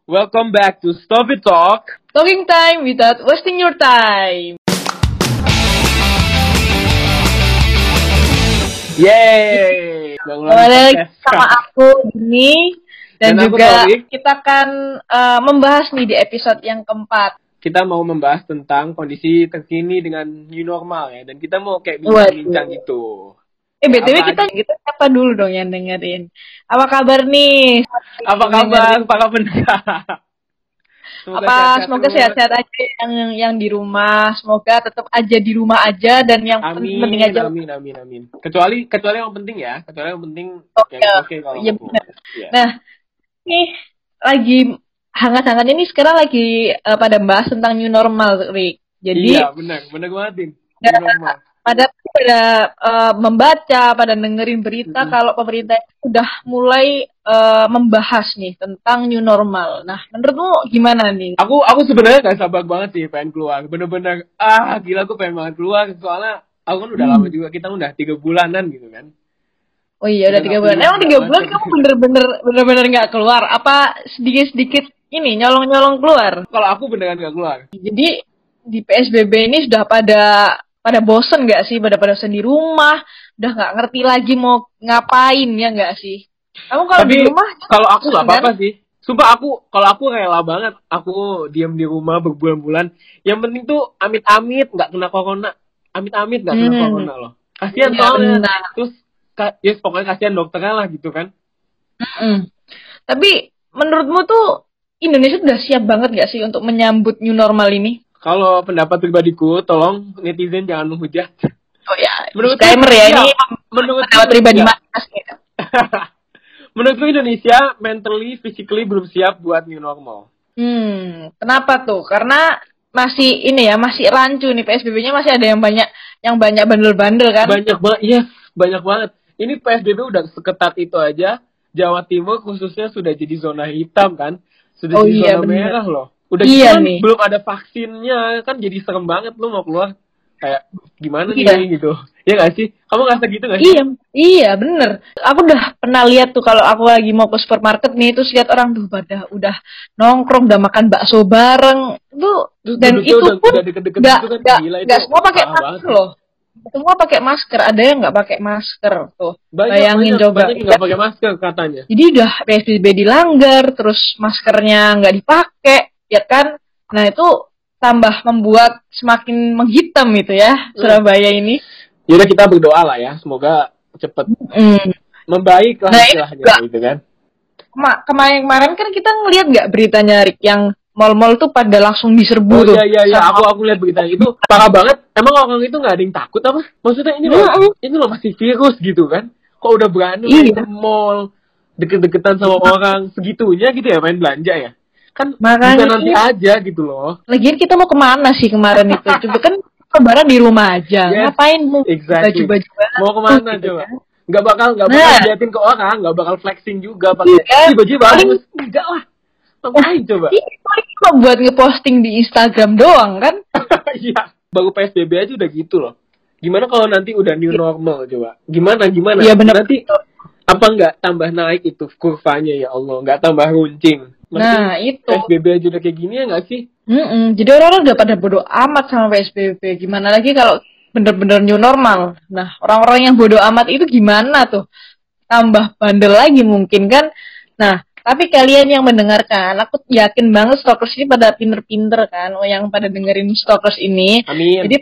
Welcome back to Stop It Talk. Talking time without wasting your time. Yeay. Balik sama aku Dini dan aku juga Taufik. kita akan membahas nih di episode yang keempat. Kita mau membahas tentang kondisi terkini dengan new normal ya, dan kita mau kayak bincang-bincang gitu. BTW kita siapa dulu dong yang dengerin. Apa kabar nih? Apa kabar para pendengar? Semoga sehat-sehat aja yang di rumah. Semoga tetap aja di rumah aja dan yang penting aja. Amin. Kecuali yang penting ya. Kecuali yang penting. Oke kalau ya, benar. Yeah. Nah, nih lagi hangat-hangat ini sekarang lagi pada bahas tentang new normal, Rick. Jadi iya, benar banget, Din. New normal. Pada membaca, pada dengerin berita kalau pemerintah sudah mulai membahas nih tentang new normal. Nah, menurutmu gimana nih? Aku sebenarnya gak sabar banget sih pengen keluar. Bener-bener gila aku pengen banget keluar. Soalnya aku kan udah lama juga, kita udah 3 bulanan gitu kan. Oh iya, udah 3 bulan. Emang 3 bulan kamu bener-bener gak keluar? Apa sedikit-sedikit ini nyolong-nyolong keluar? Kalau aku beneran gak keluar. Jadi di PSBB ini sudah pada bosen gak sih? Pada bosen di rumah, udah gak ngerti lagi mau ngapain ya gak sih? Kamu kalau di rumah? Kalau aku gak apa-apa sih. Sumpah kalau aku rela banget. Aku diam di rumah berbulan-bulan. Yang penting tuh amit-amit gak kena corona. Amit-amit gak kena corona loh. Kasian soalnya. Terus ya pokoknya kasihan dokternya lah gitu kan. Tapi menurutmu tuh Indonesia udah siap banget gak sih untuk menyambut new normal ini? Kalau pendapat pribadiku, tolong netizen jangan menghujat. Oh ya, disclaimer ya, ini menurut pendapat pribadi Mas. Menurutku Indonesia mentally, physically belum siap buat new normal. Kenapa tuh? Karena masih masih rancu nih, PSBB-nya masih ada yang banyak bandel-bandel kan? Banyak banget. Ini PSBB udah seketat itu aja. Jawa Timur khususnya sudah jadi zona hitam kan? Sudah jadi zona merah loh. Udah nih. Belum ada vaksinnya, kan jadi serem banget lu mau keluar. Kayak gimana nih gitu. Ya gak sih? Kamu ngerasa gitu gak sih? Iya bener. Aku udah pernah lihat tuh kalau aku lagi mau ke supermarket nih, terus lihat orang tuh pada udah nongkrong, udah makan bakso bareng. Dan itu pun gak semua pakai masker loh. Semua pakai masker, ada yang nggak pakai masker tuh. Bayangin coba. Banyak nggak pakai masker katanya. Jadi udah PSBB dilanggar, terus maskernya nggak dipakai, ya kan? Nah itu tambah membuat semakin menghitam itu ya Surabaya ini. Yaudah kita berdoa lah ya, semoga cepet membaik lah istilahnya gitu kan. Kemarin kan kita ngelihat nggak beritanya Rick yang mal-mal tuh pada langsung diserbu tuh. Iya, aku lihat berita itu parah banget. Emang orang itu nggak ada yang takut apa? Maksudnya ini loh masih virus gitu kan? Kok udah berani main ke mall, deket-deketan sama orang segitunya gitu ya main belanja ya? Kan bisa nanti aja gitu loh. Lagian kita mau kemana sih kemarin itu? Coba kan lebaran di rumah aja. Ngapain mau baju-baju? Mau kemana gitu, coba? Nggak bakal liatin ke orang, nggak bakal flexing juga pakai baju bagus. Enggak lah. Ngapain coba? Ini buat ngeposting di Instagram doang kan? Iya, baru PSBB aja udah gitu loh. Gimana kalau nanti udah new normal coba? Gimana? Iya benar. Nanti apa nggak tambah naik itu kurvanya ya Allah? Nggak tambah runcing? Nah itu. PSBB aja udah kayak gini ya nggak sih? Jadi orang-orang udah pada bodo amat sama PSBB. Gimana lagi kalau bener-bener new normal? Nah orang-orang yang bodo amat itu gimana tuh? Tambah bandel lagi mungkin kan? Nah. Tapi kalian yang mendengarkan, aku yakin banget stalkers ini pada pinter-pinter kan, yang pada dengerin stalkers ini. Amin. Jadi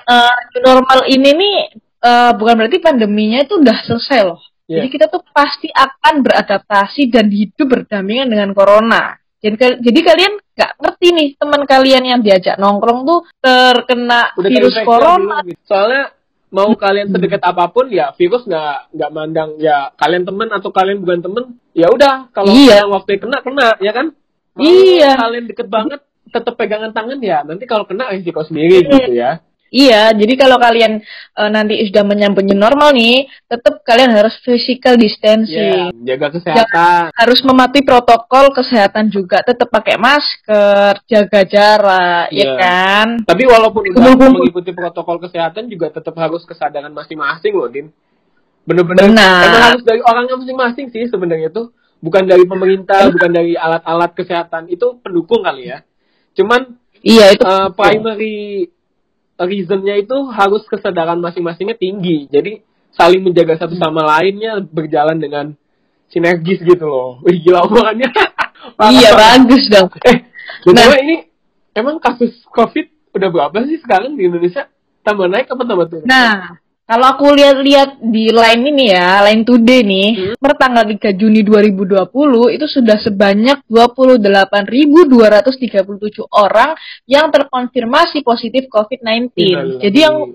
normal ini nih bukan berarti pandeminya itu udah selesai loh. Yeah. Jadi kita tuh pasti akan beradaptasi dan hidup berdampingan dengan corona. Jadi kalian nggak ngerti nih teman kalian yang diajak nongkrong tuh terkena virus corona. Soalnya mau kalian sedekat apapun ya virus nggak mandang ya kalian teman atau kalian bukan teman ya udah kalau waktu kena ya kan kalian deket banget tetap pegangan tangan ya nanti kalau kena risiko sendiri gitu ya. Iya, jadi kalau kalian nanti sudah menyambut new normal nih, tetap kalian harus physical distancing. Jaga kesehatan. Harus mematuhi protokol kesehatan juga, tetap pakai masker, jaga jarak, ya kan? Tapi walaupun udah mengikuti protokol kesehatan juga tetap harus kesadaran masing-masing loh, Din. Bener-bener. Emang harus dari orangnya masing-masing sih sebenarnya tuh. Bukan dari pemerintah, bukan dari alat-alat kesehatan, itu pendukung kali ya. Cuman iya itu primary reasonnya itu harus kesadaran masing-masingnya tinggi. Jadi saling menjaga satu sama lainnya berjalan dengan sinergis gitu loh. Wih, gila omongannya. Iya, bagus dong. Ini emang kasus COVID udah berapa sih sekarang di Indonesia? Tambah naik apa tambah turun? Nah, kalau aku lihat-lihat di Line ini ya, Line Today nih, per tanggal 3 Juni 2020 itu sudah sebanyak 28.237 orang yang terkonfirmasi positif COVID-19. Jadi yang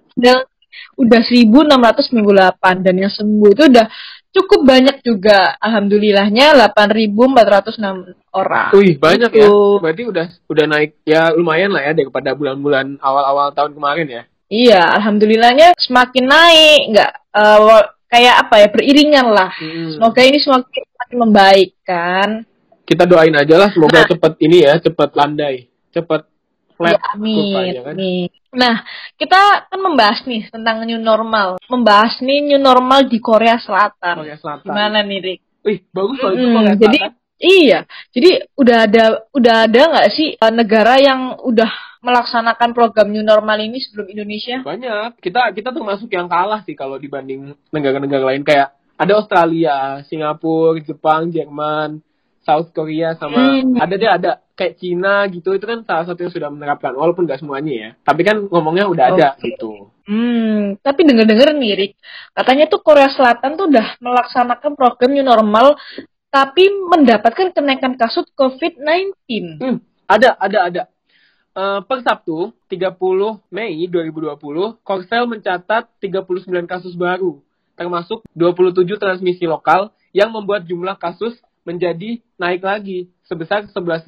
udah 1.698 dan yang sembuh itu udah cukup banyak juga. Alhamdulillahnya 8.406 orang. Wih, banyak ya. Berarti udah naik ya lumayan lah ya daripada bulan-bulan awal-awal tahun kemarin ya. Iya, alhamdulillahnya semakin naik, nggak kayak apa ya, beriringan lah. Semoga ini semakin membaik kan. Kita doain aja lah, semoga cepat landai, cepat flat. Ya, amin. Kan? Nah, kita kan membahas nih tentang new normal, membahas nih new normal di Korea Selatan. Gimana nih, Rik? Wih, bagus loh itu Korea Selatan. Jadi iya, jadi udah ada nggak sih negara yang udah melaksanakan program new normal ini sebelum Indonesia? Banyak. Kita termasuk yang kalah sih kalau dibanding negara-negara lain, kayak ada Australia, Singapura, Jepang, Jerman, South Korea, sama ada kayak Cina gitu. Itu kan salah satu yang sudah menerapkan, walaupun nggak semuanya ya. Tapi kan ngomongnya udah ada gitu. Tapi denger nih, Rik, katanya tuh Korea Selatan tuh udah melaksanakan program new normal tapi mendapatkan kenaikan kasus COVID-19. Ada. Per Sabtu, 30 Mei 2020, Korsel mencatat 39 kasus baru, termasuk 27 transmisi lokal yang membuat jumlah kasus menjadi naik lagi sebesar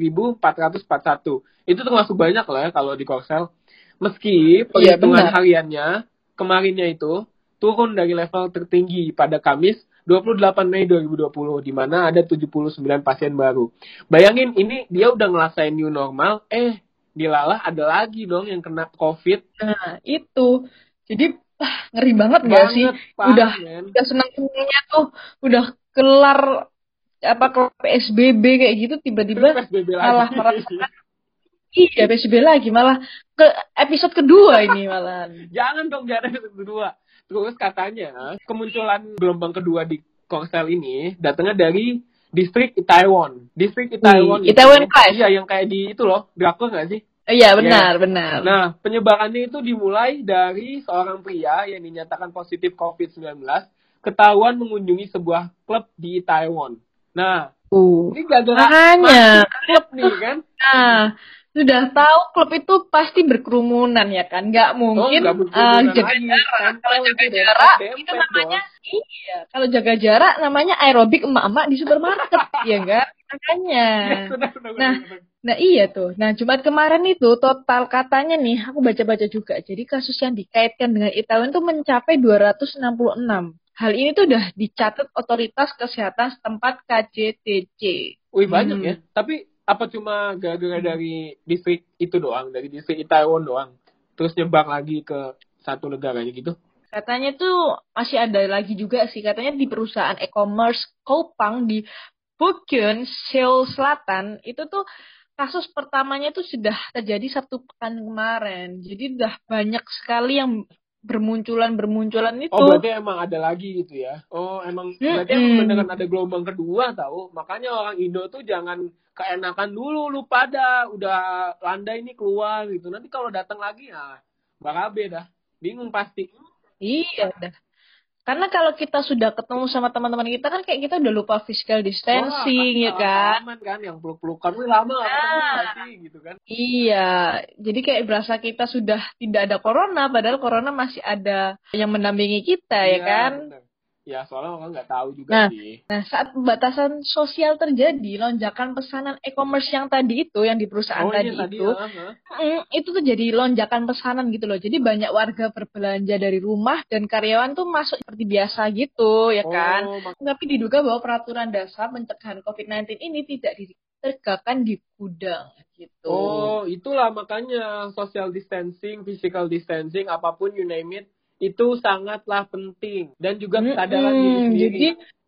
11.441. Itu termasuk banyak lah ya kalau di Korsel. Meski perhitungan hariannya kemarinnya itu turun dari level tertinggi pada Kamis 28 Mei 2020, di mana ada 79 pasien baru. Bayangin, ini dia udah ngerasain new normal, dilalah ada lagi dong yang kena COVID. Nah, itu. Jadi ngeri banget gak sih? Udah senang-senangnya tuh udah kelar PSBB kayak gitu, tiba-tiba malah merasakan PSBB lagi, malah ke episode kedua ini malah. Jangan episode kedua. Terus katanya kemunculan gelombang kedua di Korsel ini datangnya dari distrik Itaewon. Distrik Itaewon itu. Itaewon Class. Iya, yang kayak di itu loh, drakor nggak sih? Iya, benar. Nah, penyebarannya itu dimulai dari seorang pria yang dinyatakan positif COVID-19 ketahuan mengunjungi sebuah klub di Itaewon. Nah, ini makanya klub nih kan? Nah, sudah tahu klub itu pasti berkerumunan ya kan, nggak mungkin jaga jarak. Kalau jaga jarak itu namanya kalau jaga jarak namanya aerobik emak-emak di supermarket ya enggak, makanya. Nah iya tuh. Nah Jumat kemarin itu total katanya nih, aku baca-baca juga, jadi kasus yang dikaitkan dengan Itaewon itu mencapai 266. Hal ini tuh udah dicatat otoritas kesehatan setempat KJTC. Wih, banyak ya. Tapi apa cuma gara-gara dari distrik itu doang, dari distrik Itaewon doang, terus nyebar lagi ke satu negaranya gitu? Katanya tuh masih ada lagi juga sih, katanya di perusahaan e-commerce Coupang di Bukyeon, Seoul Selatan, itu tuh kasus pertamanya tuh sudah terjadi Sabtu pekan kemarin. Jadi udah banyak sekali yang bermunculan itu. Oh, berarti emang ada lagi gitu ya? Oh, berarti emang beneran ada gelombang kedua tahu. Makanya orang Indo tuh jangan keenakan dulu, lu pada udah landai nih keluar gitu. Nanti kalau datang lagi ya barabe dah. Bingung pasti. Iya dah. Karena kalau kita sudah ketemu sama teman-teman kita kan kayak kita udah lupa physical distancing ya kan. Yang peluk-pelukan lama sih gitu kan. Iya, jadi kayak berasa kita sudah tidak ada corona, padahal corona masih ada yang mendampingi kita ya kan. Bener. Ya soalnya orang nggak tahu juga sih. Nah saat pembatasan sosial terjadi, lonjakan pesanan e-commerce yang tadi itu, yang di perusahaan itu tuh jadi lonjakan pesanan gitu loh. Jadi banyak warga berbelanja dari rumah dan karyawan tuh masuk seperti biasa gitu ya kan. Tapi diduga bahwa peraturan dasar pencegahan COVID-19 ini tidak ditegakkan di gudang gitu. Oh, itulah makanya social distancing, physical distancing, apapun you name it, itu sangatlah penting dan juga kesadaran diri sendiri. Jadi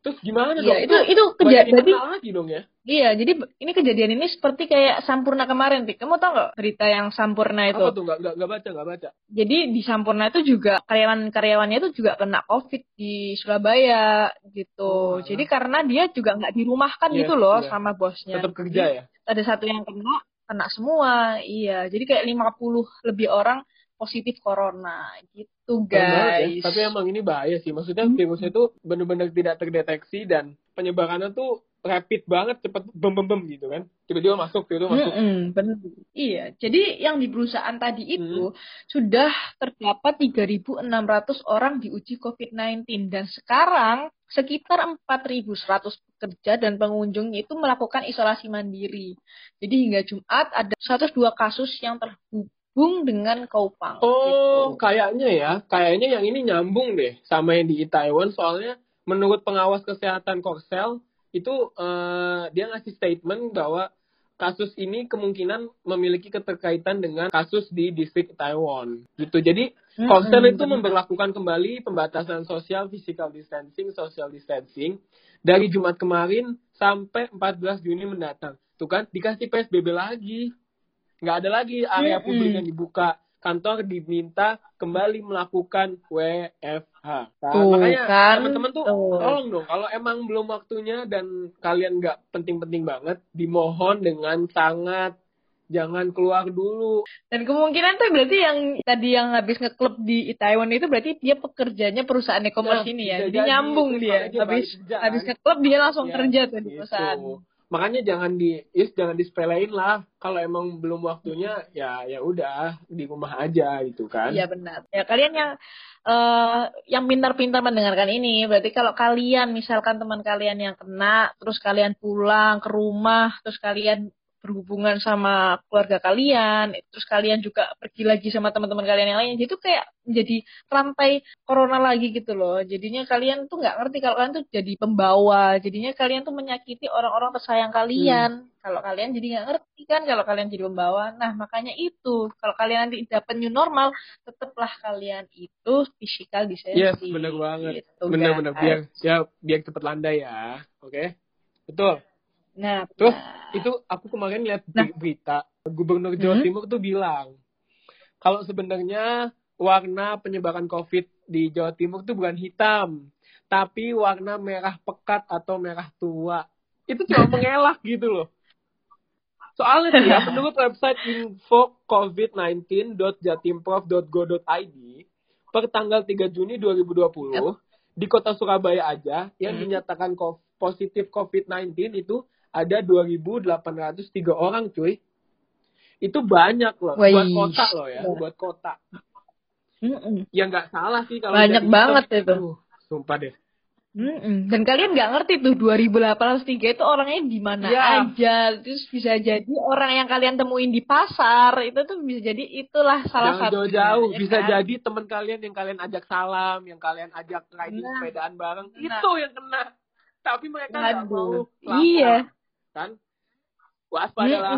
Terus gimana dong? Iya, itu kejadian lagi dong ya. Iya, jadi ini kejadian ini seperti kayak Sampurna kemarin, Tik. Kamu tau nggak berita yang Sampurna itu? Apa tuh? Nggak baca. Jadi di Sampurna itu juga karyawannya itu juga kena COVID di Surabaya gitu. Jadi karena dia juga nggak dirumahkan gitu loh sama bosnya. Tetap kerja ya? Ada satu yang kena semua. Iya, jadi kayak 50 lebih orang positif corona gitu, guys. Ya. Tapi emang ini bahaya sih. Maksudnya virusnya itu benar-benar tidak terdeteksi dan penyebarannya tuh rapid banget, cepet bem gitu kan. Tiba-tiba masuk. Benar. Iya, jadi yang di perusahaan tadi itu sudah terdapat 3.600 orang diuji COVID-19 dan sekarang sekitar 4.100 pekerja dan pengunjung itu melakukan isolasi mandiri. Jadi hingga Jumat ada 102 kasus yang terhubung dengan Kaupang. Oh, gitu. Kayaknya yang ini nyambung deh sama yang di Itaewon, soalnya menurut pengawas kesehatan Korsel itu dia ngasih statement bahwa kasus ini kemungkinan memiliki keterkaitan dengan kasus di distrik Itaewon gitu. Jadi Korsel itu memberlakukan kembali pembatasan sosial, physical distancing, social distancing dari Jumat kemarin sampai 14 Juni mendatang. Tuh kan dikasih PSBB lagi. Nggak ada lagi area publik yang dibuka. Kantor diminta kembali melakukan WFH. Makanya teman-teman tuh tolong dong, kalau emang belum waktunya dan kalian nggak penting-penting banget, dimohon dengan sangat jangan keluar dulu. Dan kemungkinan tuh berarti yang tadi yang habis ngeklub di Itaewon itu berarti dia pekerjanya perusahaan e-commerce ini ya. Jadi nyambung dia. Habis ngeklub dia langsung kerja tuh di perusahaan. Makanya jangan disepelein lah. Kalau emang belum waktunya ya udah di rumah aja gitu kan. Iya benar. Ya kalian yang pintar-pintar mendengarkan ini, berarti kalau kalian misalkan teman kalian yang kena, terus kalian pulang ke rumah, terus kalian berhubungan sama keluarga kalian, terus kalian juga pergi lagi sama teman-teman kalian yang lain, jadi itu kayak menjadi rantai corona lagi gitu loh. Jadinya kalian tuh nggak ngerti kalau kalian tuh jadi pembawa, jadinya kalian tuh menyakiti orang-orang tersayang kalian. Kalau kalian jadi nggak ngerti kan kalau kalian jadi pembawa. Nah makanya itu, kalau kalian nanti dapat new normal, tetaplah kalian itu physical distancing. Yes, benar banget. Gitu, benar biar cepat landai ya. Oke? Betul. Nah, terus itu aku kemarin lihat berita Gubernur Jawa Timur tuh bilang kalau sebenarnya warna penyebaran COVID di Jawa Timur tuh bukan hitam, tapi warna merah pekat atau merah tua. Itu cuma mengelak gitu loh. Soalnya ya, menurut website info covid19.jatimprov.go.id per tanggal 3 Juni 2020 di kota Surabaya aja yang dinyatakan positif COVID-19 itu ada 2.803 orang, cuy. Itu banyak loh. Buat kota loh ya. Buat kota. Ya nggak salah sih kalau banyak banget itu. Sumpah deh. Dan kalian nggak ngerti tuh 2.803 itu orangnya di mana aja. Terus bisa jadi orang yang kalian temuin di pasar itu tuh bisa jadi itulah salah satu. Jauh-jauh bisa jadi teman kalian yang kalian ajak salam, yang kalian ajak riding sepedaan bareng, itu yang kena. Tapi mereka nggak mau lapor. Iya. Kan? Waspadalah.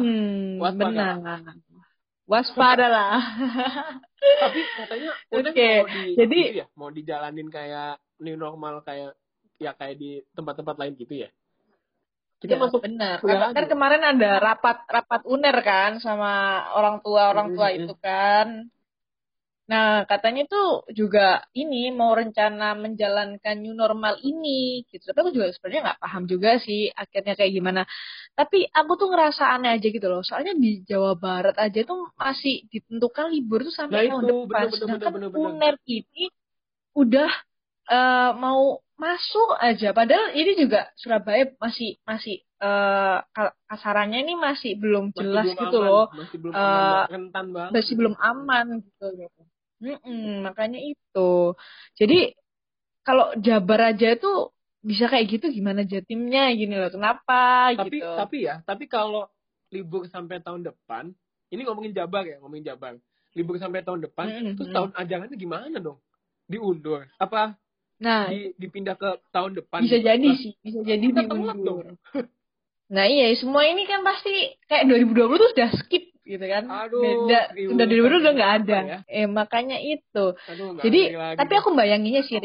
Waspadalah. Tapi katanya mau dijalanin kayak new normal kayak di tempat-tempat lain gitu ya. Kita masuk benar. Kan kemarin ada rapat UNER kan sama orang tua itu kan. Nah, katanya tuh juga ini mau rencana menjalankan new normal ini gitu. Tapi aku juga sebenarnya nggak paham juga sih akhirnya kayak gimana. Tapi aku tuh ngerasa aneh aja gitu loh. Soalnya di Jawa Barat aja tuh masih ditentukan libur tuh sampai tahun depan. Sedangkan UNER ini udah mau masuk aja. Padahal ini juga Surabaya masih kasarannya ini masih belum jelas gitu loh. Masih belum aman, rentan banget. Masih belum aman gitu. Makanya itu. Jadi kalau Jabar aja tuh bisa kayak gitu gimana Jatimnya gini loh. Kenapa gitu. Tapi kalau libur sampai tahun depan, ini ngomongin Jabar. Libur sampai tahun depan, terus tahun ajarannya gimana dong? Diundur? Apa dipindah ke tahun depan? Bisa jadi sih, bisa jadi diundur. Nah iya, semua ini kan pasti kayak 2020 tuh udah skip gitu kan. Beda, udah 2020 udah nggak ada. Makanya itu. Jadi, tapi aku bayanginnya sih, Rik.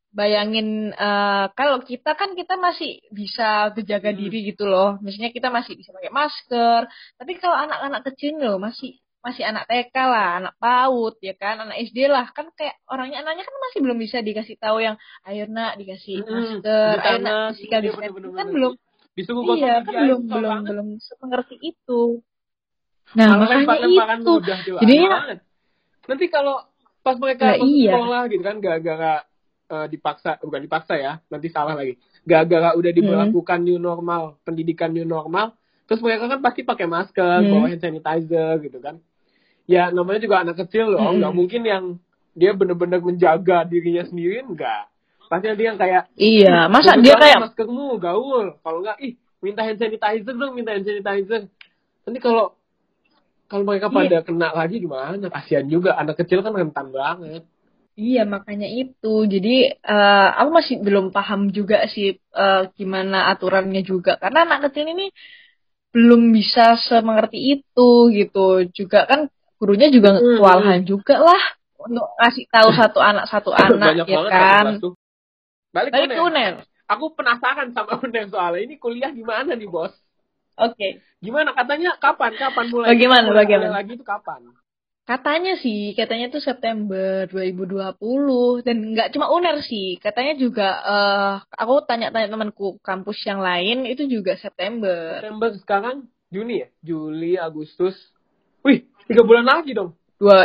bayangin kalau kita masih bisa berjaga diri gitu loh. Misalnya kita masih bisa pakai masker. Tapi kalau anak-anak kecil loh masih anak TK lah, anak PAUD ya kan, anak SD lah kan kayak anaknya kan masih belum bisa dikasih tahu yang ayo nak dikasih masker, ayo nak physical distancing kan belum. Iya kan belum sepengerti itu. Nah makanya itu. Jadinya nanti kalau pas mereka masuk sekolah gitu kan gara-gara bukan dipaksa ya, nanti salah lagi. Gara-gara udah diberlakukan new normal, pendidikan new normal, terus mereka kan pasti pakai masker, bawa hand sanitizer gitu kan. Ya namanya juga anak kecil loh, nggak mungkin yang dia bener-bener menjaga dirinya sendiri, enggak. Pasti dia yang kayak, iya, masa dia kayak maskermu gaul, kalau nggak, minta hand sanitizer dong, minta hand sanitizer. Nanti kalau mereka pada kena lagi gimana? Kasihan juga, anak kecil kan rentan banget. Iya, makanya itu. Jadi aku masih belum paham juga sih gimana aturannya juga. Karena anak kecil ini belum bisa semengerti itu gitu. Juga kan gurunya juga kewalahan juga lah untuk ngasih tahu satu anak ya kan. Balik ke UNER. Aku penasaran sama UNER soalnya. Ini kuliah gimana nih, Bos? Oke. Gimana? Katanya kapan mulai? Bagaimana? Lagi itu kapan? Katanya tuh September 2020 dan nggak cuma UNER sih, katanya juga aku tanya-tanya temanku kampus yang lain itu juga September. September sekarang Juni ya? Juli, Agustus. Wih, 3 bulan lagi dong.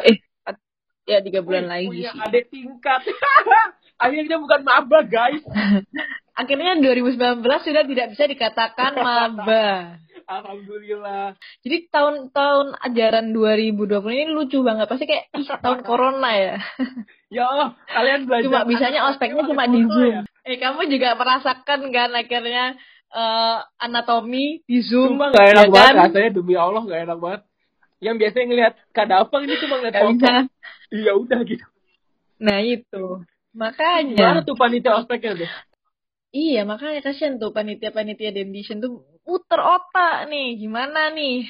3 bulan lagi punya sih. Adik tingkat. Akhirnya bukan maba, guys. Akhirnya 2019 sudah tidak bisa dikatakan maba. Alhamdulillah. Jadi tahun ajaran 2020 ini lucu banget. Pasti kayak tahun corona ya. Ya Allah, kalian belajar. Cuma bisanya ospeknya cuma di Zoom. Ya? Kamu juga merasakan kan akhirnya anatomi di Zoom. Cuma gak enak banget rasanya, demi Allah gak enak banget. Yang biasanya ngelihat Kadafang ini cuma ngeliat foto. Iya udah gitu. Nah itu. Makanya. Gimana tuh panitia ospeknya tuh? Iya, makanya kasihan tuh panitia Demdition tuh muter otak nih. Gimana nih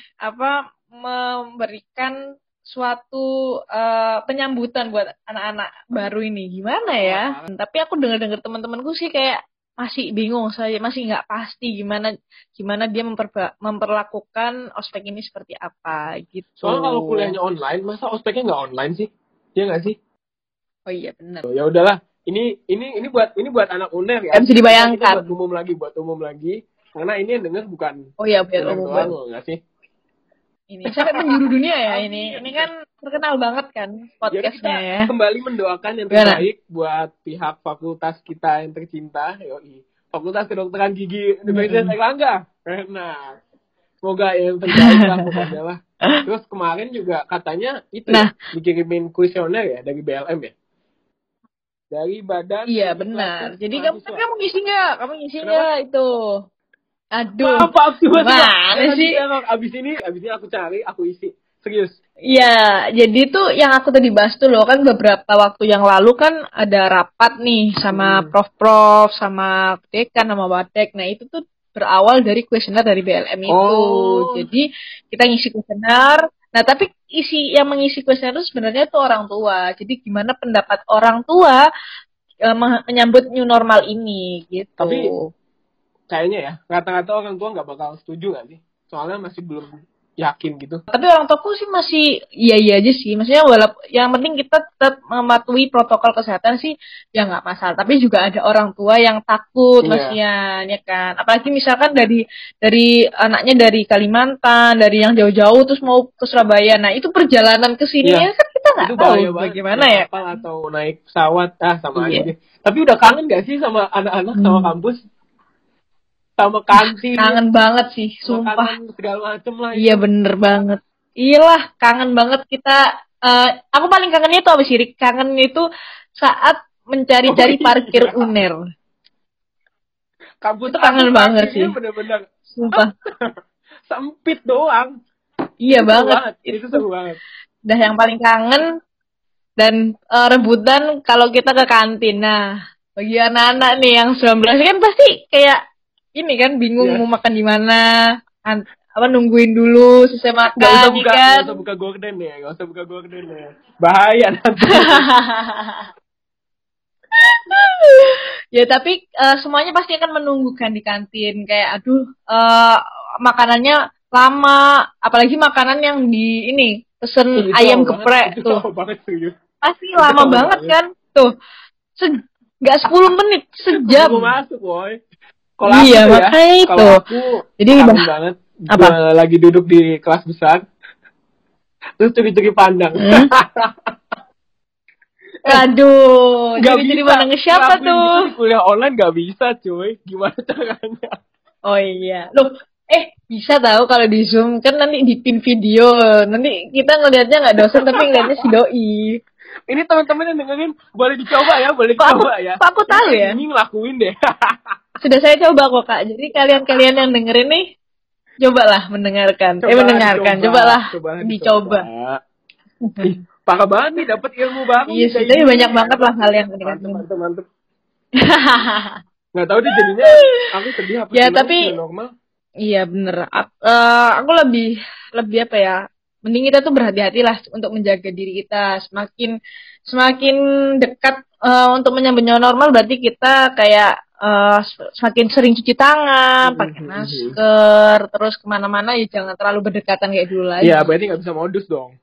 memberikan suatu penyambutan buat anak-anak baru ini. Gimana ya? Tapi aku dengar teman-temanku sih kayak masih bingung, saya masih nggak pasti gimana dia memperlakukan ospek ini seperti apa gitu. Soalnya kalau kuliahnya online, masa ospeknya nggak online sih? Iya nggak sih? Oh iya benar. Ya udahlah. Ini buat anak UNER ya. Bisa dibayangkan. Buat umum lagi. Karena ini yang denger bukan. Oh iya buat umum. Nggak sih? Ini sampai penjuru dunia ya ini. Ini kan terkenal banget kan podcastnya ya. Kembali mendoakan yang terbaik buat pihak fakultas kita yang tercinta. Yoi. Fakultas Kedokteran Gigi Universitas Airlangga. Enak. Semoga yang terbaik lah pokoknya lah. Terus kemarin juga katanya itu dikirimin kuesioner ya dari BLM ya. Dari badan. Iya benar. Jadi kamu ngisi nggak? Kamu ngisi nggak itu? Aduh. Apa mana sih? Abis ini aku cari, aku isi. Serius. Iya, jadi tuh yang aku tadi bahas tuh loh kan beberapa waktu yang lalu kan ada rapat nih sama prof-prof, sama dekan, sama wadek. Nah itu tuh berawal dari kuesioner dari BLM itu. Jadi kita ngisi kuesioner. Nah, tapi yang mengisi kuesioner itu sebenarnya tuh orang tua. Jadi gimana pendapat orang tua menyambut new normal ini gitu. Tapi kayaknya ya, rata-rata orang tua nggak bakal setuju nggak sih? Soalnya masih belum yakin gitu. Tapi orang tuaku sih masih iya aja sih. Maksudnya yang penting kita tetap mematuhi protokol kesehatan sih ya nggak masalah. Tapi juga ada orang tua yang takut masian ya kan. Apalagi misalkan dari anaknya dari Kalimantan, dari yang jauh-jauh terus mau ke Surabaya. Nah itu perjalanan ke sini kan kita nggak tahu bagaimana ya. Kapal atau naik pesawat sama aja. Tapi udah kangen nggak sih sama anak-anak sama kampus? Sama kantin. Kangen banget sih, sumpah. Segala macem lah. Iya bener banget. Iyalah, kangen banget kita. Aku paling kangennya itu apa sih? Kangen itu saat mencari-cari parkir UNER. Kampus itu kangen banget sih. Bener-bener. Sumpah. Sempit doang. Iya banget. Itu seru banget. Dah yang paling kangen dan rebutan kalau kita ke kantin. Nah, bagi anak-anak nih yang 19 kan pasti kayak ini kan bingung mau makan di mana, nungguin dulu selesai makan. Gak usah buka gorden ya, Bahaya nanti. Ya tapi semuanya pasti akan menunggukan di kantin kayak aduh makanannya lama, apalagi makanan yang di ini pesen ayam geprek tuh. Pasti lama banget kan tuh. Nggak 10 menit, sejam. Aku masuk, boy. Kalau iya, aku makanya itu. Kalau aku jadi banget apa? Lagi duduk di kelas besar. Terus curi-curi pandang. Aduh, jadi pandang siapa tuh? Di kuliah online nggak bisa, cuy. Gimana caranya? Oh iya. Loh, bisa tahu kalau di Zoom kan nanti di pin video. Nanti kita ngelihatnya nggak dosen tapi ngelihatnya si doi. Ini teman-teman yang dengerin boleh dicoba ya, boleh dicoba ya. Pak aku tahu ya. Ini ngelakuin deh. Sudah saya coba kok Kak. Jadi kalian yang dengerin nih, cobalah mendengarkan. Cobalah dicoba. Parah banget nih dapat ilmu baru. Iya sih, tapi banyak banget lah hal yang mantep. Nggak tahu deh jadinya aku sedih apa ya, tapi normal. Iya bener. Aku lebih apa ya? Mending kita tuh berhati-hatilah untuk menjaga diri kita. Semakin dekat untuk menyambut new normal berarti kita kayak semakin sering cuci tangan, pakai masker, terus kemana-mana ya jangan terlalu berdekatan kayak dulu lagi. Iya, berarti nggak bisa modus dong.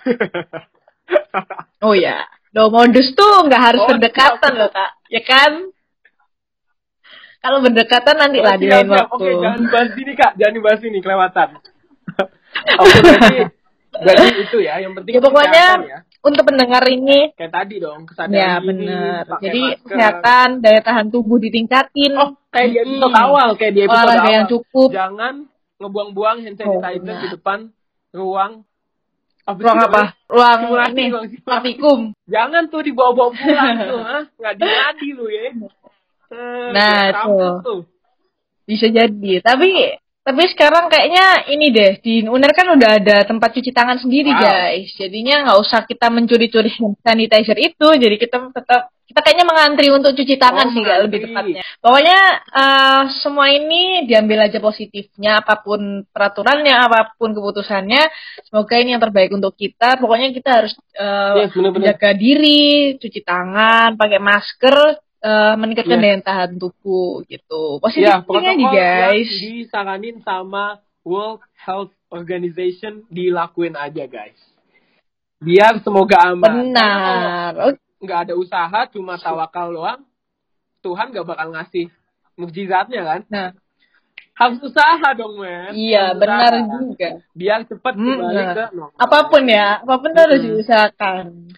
Oh ya, modus tuh nggak harus berdekatan loh Kak, ya kan? Kalau berdekatan nanti lah di lain waktu. Oke, jangan bahas ini Kak, jangan dibahas ini kelewatan. Oke, berarti itu ya, yang penting ya, pokoknya ya. Untuk pendengar ini kayak tadi dong, kesadaran ya benar. Jadi kesehatan, daya tahan tubuh ditingkatin. Oh, kayak di episode awal, kayak di episode awal. Yang cukup. Jangan ngebuang-buang hand sanitizer di depan ruang apa? Ruang ini, praktikum. Jangan tuh dibawa-bawa pulang tuh, ngadi-ngadi lu ya. Nah, tuh. Bisa jadi. Tapi sekarang kayaknya ini deh, di UNER kan udah ada tempat cuci tangan sendiri, guys. Jadinya nggak usah kita mencuri-curi sanitizer itu, jadi kita kayaknya mengantri untuk cuci tangan sih, nggak lebih tepatnya. Pokoknya semua ini diambil aja positifnya, apapun peraturannya, apapun keputusannya, semoga ini yang terbaik untuk kita. Pokoknya kita harus menjaga diri, cuci tangan, pakai masker, meningkatkan daya tahan tubuh gitu. Positifnya nih guys. Yang disaranin sama World Health Organization dilakuin aja guys. Biar semoga aman. Benar. Nggak ada usaha, cuma tawakal doang. Tuhan nggak bakal ngasih mukjizatnya kan? Nah, harus usaha dong men. Iya benar juga. Biar cepat kembali ke normal. Apapun harus diusahakan.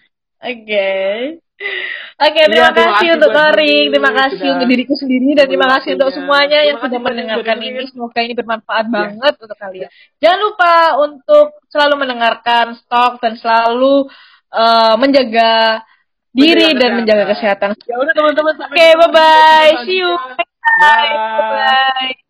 Oke, terima kasih untuk Koring, terima kasih untuk diriku sendiri dan terima kasih untuk semuanya yang sudah mendengarkan ini. Semoga ini bermanfaat banget untuk kalian. Jangan lupa untuk selalu mendengarkan stok dan selalu menjaga diri dan menjaga kesehatan. Ya udah teman-teman. Oke, bye-bye. See you. Bye.